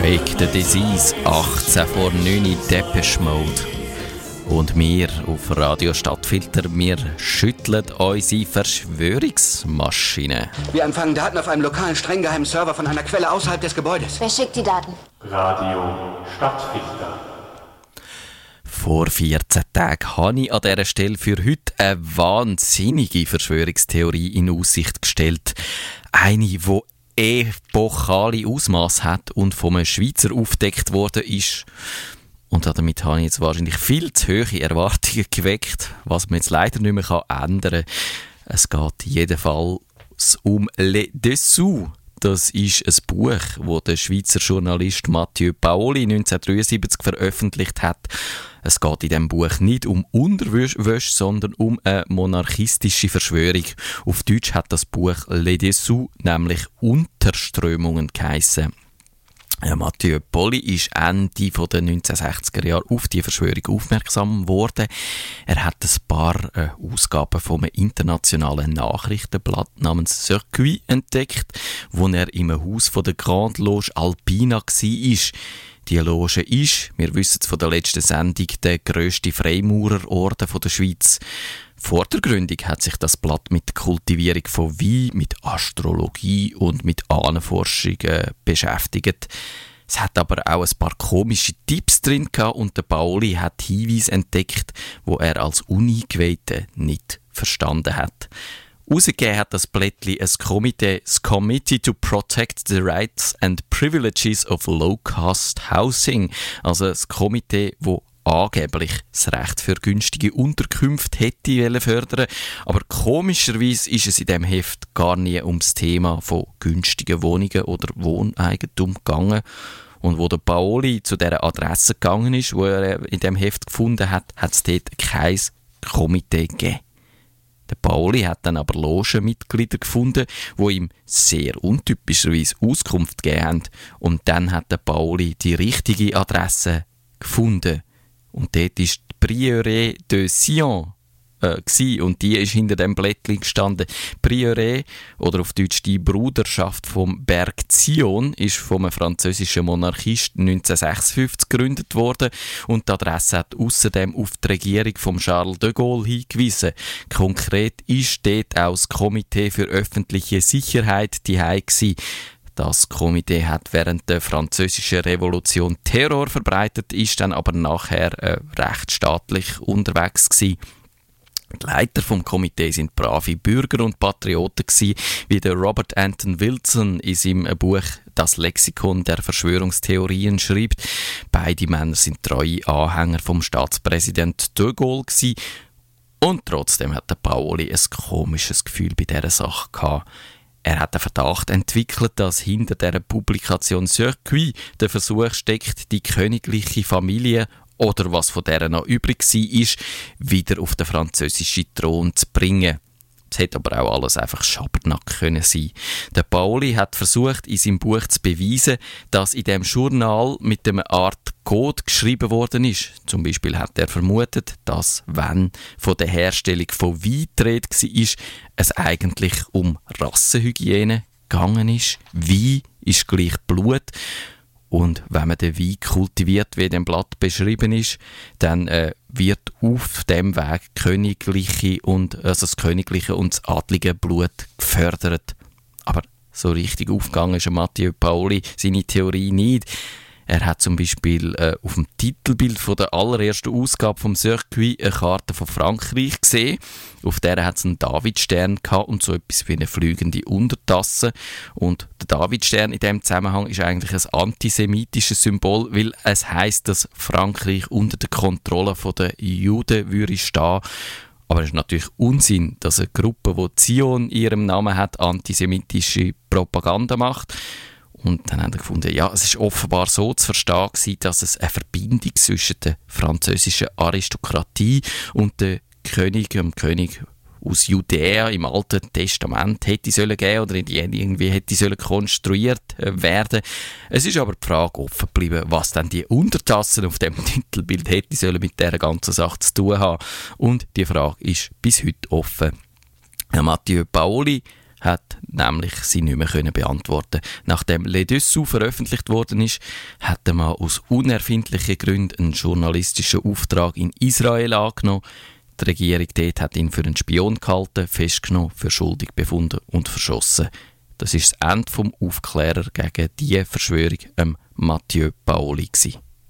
Fake the Disease, 18 vor 9 Depeche Mode. Und wir auf Radio Stadtfilter, wir schütteln unsere Verschwörungsmaschine. Wir empfangen Daten auf einem lokalen, streng geheimen Server von einer Quelle außerhalb des Gebäudes. Wer schickt die Daten? Radio Stadtfilter. Vor 14 Tagen habe ich an dieser Stelle für heute eine wahnsinnige Verschwörungstheorie in Aussicht gestellt. Eine, die epochale Ausmaß hat und von einem Schweizer aufgedeckt worden ist. Und damit habe ich jetzt wahrscheinlich viel zu hohe Erwartungen geweckt, was man jetzt leider nicht mehr ändern kann. Es geht jedenfalls um «Les Dessous». Das ist ein Buch, das der Schweizer Journalist Mathieu Paoli 1973 veröffentlicht hat. Es geht in diesem Buch nicht um Unterwäsche, sondern um eine monarchistische Verschwörung. Auf Deutsch hat das Buch «Les Dessous», nämlich «Unterströmungen» geheissen. Mathieu Paoli ist Ende der 1960er Jahre auf die Verschwörung aufmerksam geworden. Er hat ein paar Ausgaben von einem internationalen Nachrichtenblatt namens Circuit entdeckt, wo er im Haus von der Grande Loge Alpina war. Die Loge ist, wir wissen es von der letzten Sendung, der grösste Freimaurerorden der Schweiz. Vor der Gründung hat sich das Blatt mit der Kultivierung von Wein, mit Astrologie und mit Ahnenforschungen beschäftigt. Es hat aber auch ein paar komische Tipps drin gehabt und der Paoli hat Hinweise entdeckt, wo er als Uneingeweihter nicht verstanden hat. Ausgegeben hat das Blättchen ein Komitee, das Committee to Protect the Rights and Privileges of Low-Cost Housing, also ein Komitee, das angeblich das Recht für günstige Unterkünfte hätte fördern, aber komischerweise ist es in diesem Heft gar nie ums Thema von günstigen Wohnungen oder Wohneigentum gegangen. Und wo der Paoli zu dieser Adresse gegangen ist, wo er in diesem Heft gefunden hat, hat es dort kein Komitee gegeben. Der Paoli hat dann aber Logenmitglieder gefunden, die ihm sehr untypischerweise Auskunft gegeben haben. Und dann hat der Paoli die richtige Adresse gefunden. Und dort war die Prieuré de Sion und die ist hinter dem Blättchen gestanden. Prieuré, oder auf Deutsch die Bruderschaft vom Berg Zion, ist vom französischen Monarchisten 1956 gegründet worden und die Adresse hat außerdem auf die Regierung von Charles de Gaulle hingewiesen. Konkret ist dort auch das Komitee für öffentliche Sicherheit dabei gewesen. Das Komitee hat während der französischen Revolution Terror verbreitet, ist dann aber nachher rechtsstaatlich unterwegs gewesen. Die Leiter vom Komitee sind brave Bürger und Patrioten gewesen, wie der Robert Anton Wilson in seinem Buch «Das Lexikon der Verschwörungstheorien» schreibt. Beide Männer sind treue Anhänger vom Staatspräsident de Gaulle gewesen. Und trotzdem hat der Paoli ein komisches Gefühl bei dieser Sache gehabt. Er hat den Verdacht entwickelt, dass hinter dieser Publikation Circuit der Versuch steckt, die königliche Familie oder was von der noch übrig war, wieder auf den französischen Thron zu bringen. Es hätte aber auch alles einfach Schabernack können sein. Der Paoli hat versucht, in seinem Buch zu beweisen, dass in dem Journal mit einer Art Code geschrieben worden ist. Zum Beispiel hat er vermutet, dass, wenn von der Herstellung von Wein die Rede war, es eigentlich um Rassenhygiene gegangen ist. Wein ist gleich Blut. Und wenn man den Wein kultiviert, wie in dem Blatt beschrieben ist, dann wird auf dem Weg das königliche und das adlige Blut gefördert. Aber so richtig aufgegangen ist Mathieu Paoli seine Theorie nicht. Er hat zum Beispiel auf dem Titelbild von der allerersten Ausgabe vom Circuit eine Karte von Frankreich gesehen. Auf der hat es einen Davidstern gehabt und so etwas wie eine fliegende Untertasse. Und der Davidstern in diesem Zusammenhang ist eigentlich ein antisemitisches Symbol, weil es heisst, dass Frankreich unter der Kontrolle der Juden würde stehen. Aber es ist natürlich Unsinn, dass eine Gruppe, die Zion in ihrem Namen hat, antisemitische Propaganda macht. Und dann haben wir gefunden, ja, es ist offenbar so zu verstehen gewesen, dass es eine Verbindung zwischen der französischen Aristokratie und dem König aus Judäa im Alten Testament hätte sollen geben oder irgendwie hätte sollen konstruiert werden. Es ist aber die Frage offen geblieben, was dann die Untertassen auf dem Titelbild hätte sollen mit dieser ganzen Sache zu tun haben. Und die Frage ist bis heute offen. Mathieu Paoli hat nämlich sie nicht mehr beantworten. Nachdem Les Dessous veröffentlicht worden ist, hat der Mann aus unerfindlichen Gründen einen journalistischen Auftrag in Israel angenommen. Die Regierung dort hat ihn für einen Spion gehalten, festgenommen, für schuldig befunden und verschossen. Das ist das Ende vom Aufklärer gegen diese Verschwörung, Mathieu Paoli gewesen.